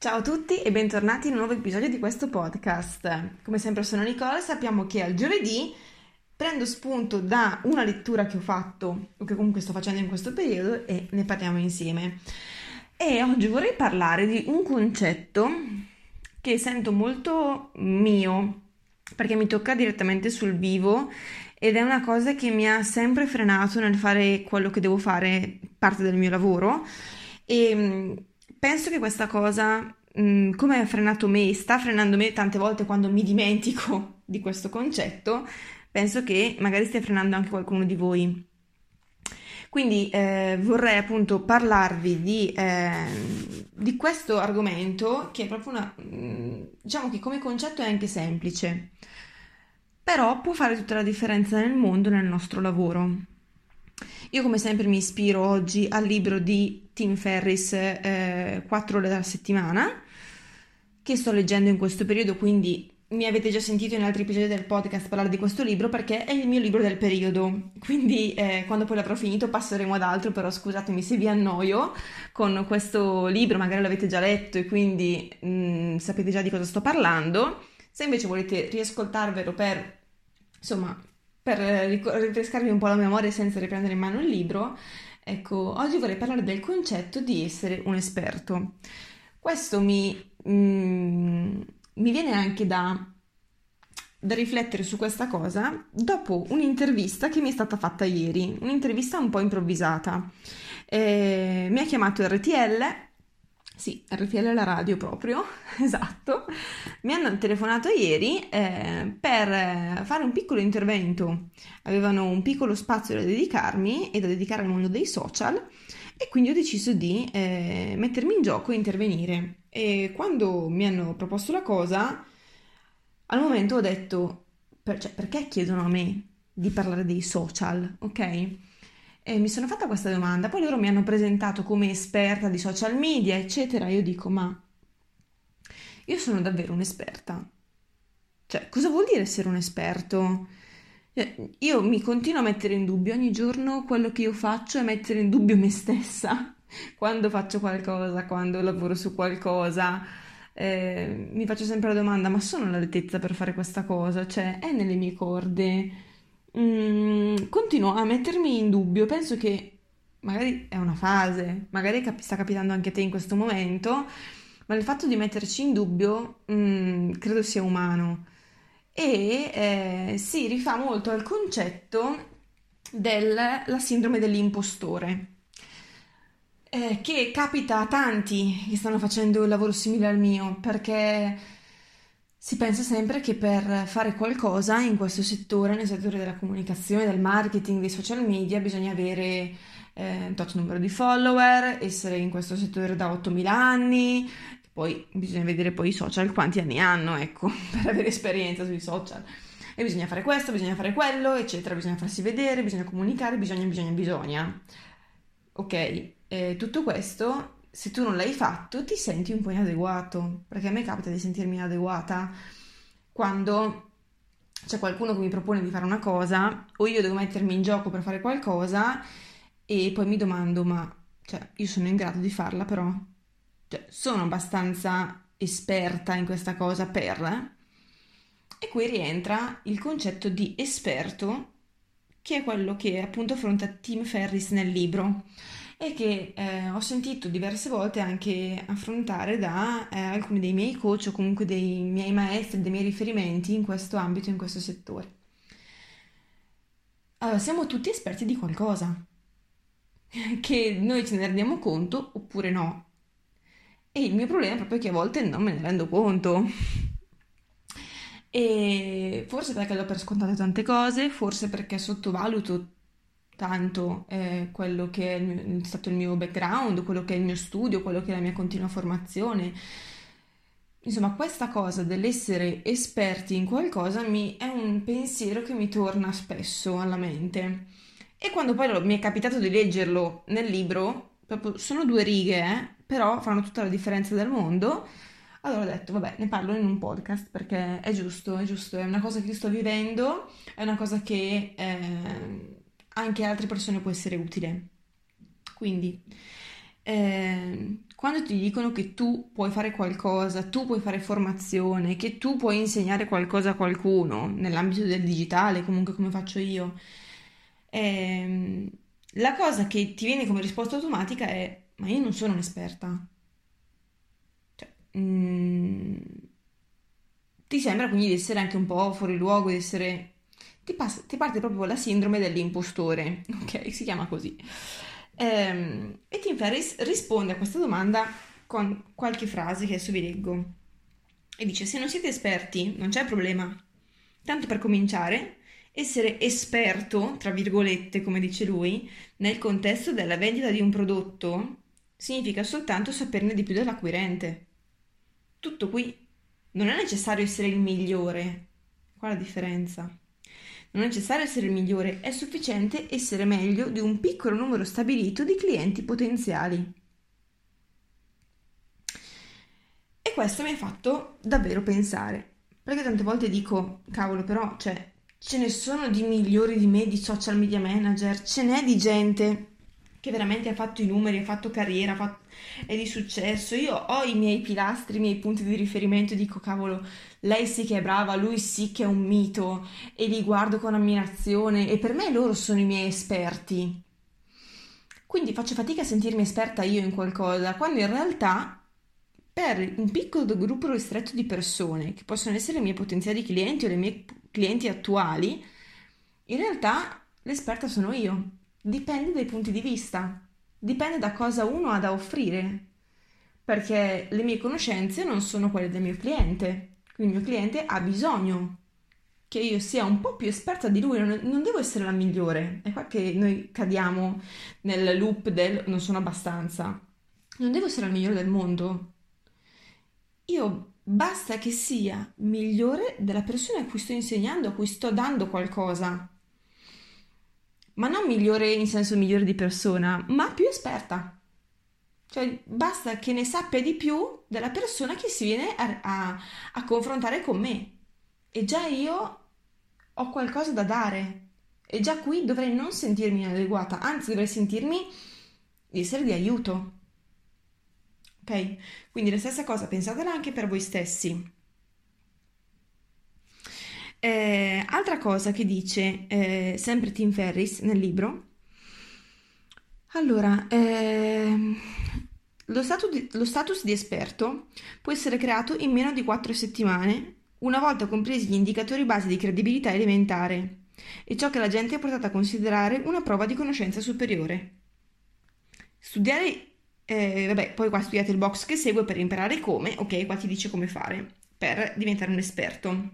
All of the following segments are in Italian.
Ciao a tutti e bentornati in un nuovo episodio di questo podcast. Come sempre sono Nicola e sappiamo che al giovedì prendo spunto da una lettura che ho fatto o che comunque sto facendo in questo periodo e ne parliamo insieme. E oggi vorrei parlare di un concetto che sento molto mio perché mi tocca direttamente sul vivo ed è una cosa che mi ha sempre frenato nel fare quello che devo fare, parte del mio lavoro. E penso che questa cosa, come ha frenato me, sta frenando me tante volte quando mi dimentico di questo concetto, penso che magari stia frenando anche qualcuno di voi. Quindi vorrei appunto parlarvi di questo argomento che è proprio diciamo che come concetto è anche semplice, però può fare tutta la differenza nel mondo, nel nostro lavoro. Io come sempre mi ispiro oggi al libro di Tim Ferriss, 4 ore alla settimana, che sto leggendo in questo periodo, quindi mi avete già sentito in altri episodi del podcast parlare di questo libro perché è il mio libro del periodo, quindi quando poi l'avrò finito passeremo ad altro, però scusatemi se vi annoio con questo libro, magari l'avete già letto e quindi sapete già di cosa sto parlando. Se invece volete riascoltarvelo insomma, per rinfrescarvi un po' la memoria senza riprendere in mano il libro, ecco, oggi vorrei parlare del concetto di essere un esperto. Questo mi viene anche da riflettere su questa cosa dopo un'intervista che mi è stata fatta ieri, un'intervista un po' improvvisata. Mi ha chiamato RTL, sì, RTL è la radio proprio, esatto. Mi hanno telefonato ieri per fare un piccolo intervento. Avevano un piccolo spazio da dedicarmi e da dedicare al mondo dei social e quindi ho deciso di mettermi in gioco e intervenire. E quando mi hanno proposto la cosa, al momento ho detto, cioè, perché chiedono a me di parlare dei social, ok? E mi sono fatta questa domanda, poi loro mi hanno presentato come esperta di social media, eccetera. Io dico, ma io sono davvero un'esperta? Cioè, cosa vuol dire essere un esperto? Io mi continuo a mettere in dubbio ogni giorno quello che io faccio e mettere in dubbio me stessa quando faccio qualcosa, quando lavoro su qualcosa. Mi faccio sempre la domanda, ma sono all'altezza per fare questa cosa? Cioè, è nelle mie corde? Continuo a mettermi in dubbio, penso che magari è una fase, magari sta capitando anche a te in questo momento, ma il fatto di metterci in dubbio, credo sia umano e si rifà molto al concetto della sindrome dell'impostore, che capita a tanti che stanno facendo un lavoro simile al mio, perché si pensa sempre che per fare qualcosa in questo settore, nel settore della comunicazione, del marketing, dei social media, bisogna avere un tot numero di follower, essere in questo settore da 8.000 anni, poi bisogna vedere poi i social quanti anni hanno, ecco, per avere esperienza sui social. E bisogna fare questo, bisogna fare quello, eccetera, bisogna farsi vedere, bisogna comunicare, bisogna. Ok, tutto questo, se tu non l'hai fatto, ti senti un po' inadeguato, perché a me capita di sentirmi inadeguata quando c'è qualcuno che mi propone di fare una cosa o io devo mettermi in gioco per fare qualcosa e poi mi domando, ma cioè, io sono in grado di farla però? Cioè, sono abbastanza esperta in questa cosa per... E qui rientra il concetto di esperto, che è quello che appunto affronta Tim Ferriss nel libro e che ho sentito diverse volte anche affrontare da alcuni dei miei coach o comunque dei miei maestri, dei miei riferimenti in questo ambito, in questo settore. Allora, siamo tutti esperti di qualcosa, che noi ce ne rendiamo conto oppure no. E il mio problema è proprio che a volte non me ne rendo conto. E forse perché do per scontate tante cose, forse perché sottovaluto tanto quello che è stato il mio background, quello che è il mio studio, quello che è la mia continua formazione. Insomma, questa cosa dell'essere esperti in qualcosa è un pensiero che mi torna spesso alla mente. E quando poi mi è capitato di leggerlo nel libro, proprio sono 2 righe, però fanno tutta la differenza del mondo. Allora ho detto, vabbè, ne parlo in un podcast perché è giusto, è una cosa che sto vivendo, è una cosa che anche a altre persone può essere utile. Quindi, Quando ti dicono che tu puoi fare qualcosa, tu puoi fare formazione, che tu puoi insegnare qualcosa a qualcuno nell'ambito del digitale, comunque come faccio io, ehm, la cosa che ti viene come risposta automatica è: ma io non sono un'esperta. Cioè, ti sembra quindi di essere anche un po' fuori luogo, di essere... ti parte proprio la sindrome dell'impostore, ok? Si chiama così. E Tim Ferriss risponde a questa domanda con qualche frase che adesso vi leggo. E dice: se non siete esperti, non c'è problema. Tanto per cominciare, essere esperto, tra virgolette, come dice lui, nel contesto della vendita di un prodotto, significa soltanto saperne di più dell'acquirente. Tutto qui. Non è necessario essere il migliore. Qual è la differenza? Non è necessario essere il migliore, è sufficiente essere meglio di un piccolo numero stabilito di clienti potenziali. E questo mi ha fatto davvero pensare, perché tante volte dico, cavolo, però, cioè, ce ne sono di migliori di me, di social media manager, ce n'è di gente che veramente ha fatto i numeri, ha fatto carriera, è di successo. Io ho i miei pilastri, i miei punti di riferimento e dico, cavolo, lei sì che è brava, lui sì che è un mito, e li guardo con ammirazione, e per me loro sono i miei esperti. Quindi faccio fatica a sentirmi esperta io in qualcosa, quando in realtà per un piccolo gruppo ristretto di persone, che possono essere i miei potenziali clienti o le mie clienti attuali, in realtà l'esperta sono io. Dipende dai punti di vista, dipende da cosa uno ha da offrire, perché le mie conoscenze non sono quelle del mio cliente, quindi il mio cliente ha bisogno che io sia un po' più esperta di lui, non devo essere la migliore. È qua che noi cadiamo nel loop del non sono abbastanza. Non devo essere la migliore del mondo. Io basta che sia migliore della persona a cui sto insegnando, a cui sto dando qualcosa. Ma non migliore in senso migliore di persona, ma più esperta. Cioè, basta che ne sappia di più della persona che si viene a confrontare con me. E già io ho qualcosa da dare. E già qui dovrei non sentirmi inadeguata, anzi dovrei sentirmi di essere di aiuto. Ok? Quindi la stessa cosa, pensatela anche per voi stessi. Altra cosa che dice sempre Tim Ferriss nel libro. Allora, lo status di esperto può essere creato in meno di 4 settimane, una volta compresi gli indicatori base di credibilità elementare e ciò che la gente è portata a considerare una prova di conoscenza superiore. Studiare, vabbè, poi qua studiate il box che segue per imparare come, ok, qua ti dice come fare per diventare un esperto.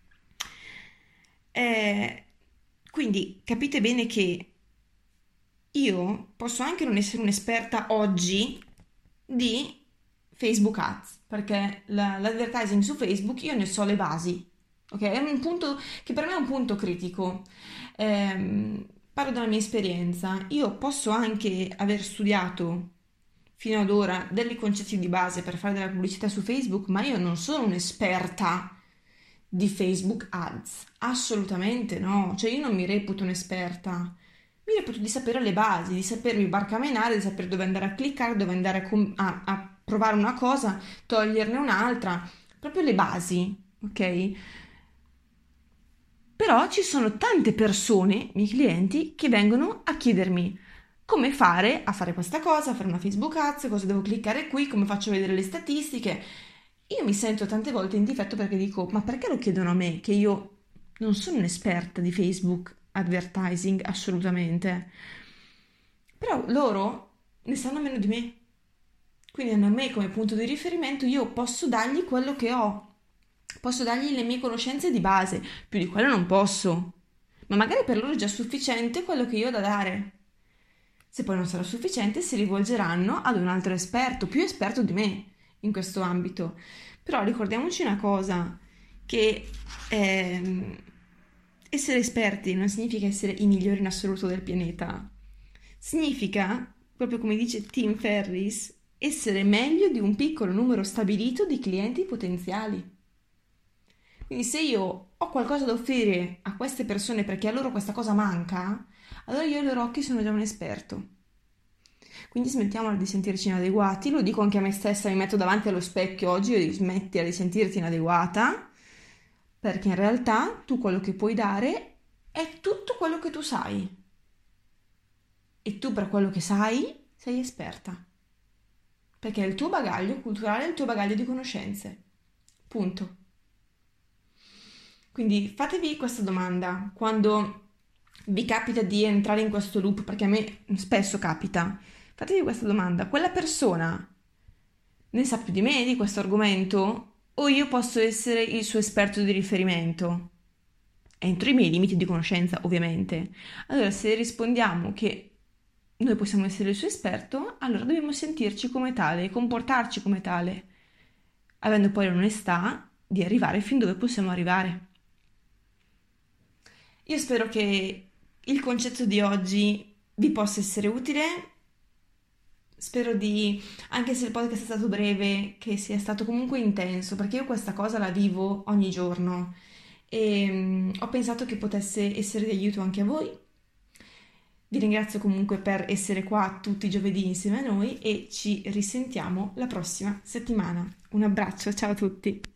Eh, quindi capite bene che io posso anche non essere un'esperta oggi di Facebook Ads, perché l'advertising su Facebook io ne so le basi, ok? È un punto che per me è un punto critico. Parlo della mia esperienza. Io posso anche aver studiato fino ad ora dei concetti di base per fare della pubblicità su Facebook, ma io non sono un'esperta di Facebook Ads, assolutamente no, cioè io non mi reputo un'esperta, mi reputo di sapere le basi, di sapermi barcamenare, di sapere dove andare a cliccare, dove andare a provare una cosa, toglierne un'altra, proprio le basi, ok? Però ci sono tante persone, miei clienti, che vengono a chiedermi come fare a fare questa cosa, a fare una Facebook Ads, cosa devo cliccare qui, come faccio a vedere le statistiche. Io mi sento tante volte in difetto perché dico, ma perché lo chiedono a me? Che io non sono un'esperta di Facebook advertising, assolutamente. Però loro ne sanno meno di me. Quindi hanno me come punto di riferimento, io posso dargli quello che ho. Posso dargli le mie conoscenze di base, più di quello non posso. Ma magari per loro è già sufficiente quello che io ho da dare. Se poi non sarà sufficiente, si rivolgeranno ad un altro esperto, più esperto di me in questo ambito. Però ricordiamoci una cosa, che essere esperti non significa essere i migliori in assoluto del pianeta. Significa, proprio come dice Tim Ferriss, essere meglio di un piccolo numero stabilito di clienti potenziali. Quindi se io ho qualcosa da offrire a queste persone perché a loro questa cosa manca, allora io ai loro occhi sono già un esperto. Quindi smettiamola di sentirci inadeguati, lo dico anche a me stessa, mi metto davanti allo specchio oggi e di smettere di sentirti inadeguata, perché in realtà tu quello che puoi dare è tutto quello che tu sai. E tu per quello che sai, sei esperta. Perché è il tuo bagaglio culturale, il tuo bagaglio di conoscenze. Punto. Quindi fatevi questa domanda quando vi capita di entrare in questo loop, perché a me spesso capita. Fatevi questa domanda: quella persona ne sa più di me di questo argomento o io posso essere il suo esperto di riferimento? Entro i miei limiti di conoscenza, ovviamente. Allora, se rispondiamo che noi possiamo essere il suo esperto, allora dobbiamo sentirci come tale, comportarci come tale, avendo poi l'onestà di arrivare fin dove possiamo arrivare. Io spero che il concetto di oggi vi possa essere utile. Spero di, anche se il podcast è stato breve, che sia stato comunque intenso, perché io questa cosa la vivo ogni giorno e ho pensato che potesse essere di aiuto anche a voi. Vi ringrazio comunque per essere qua tutti i giovedì insieme a noi e ci risentiamo la prossima settimana. Un abbraccio, ciao a tutti!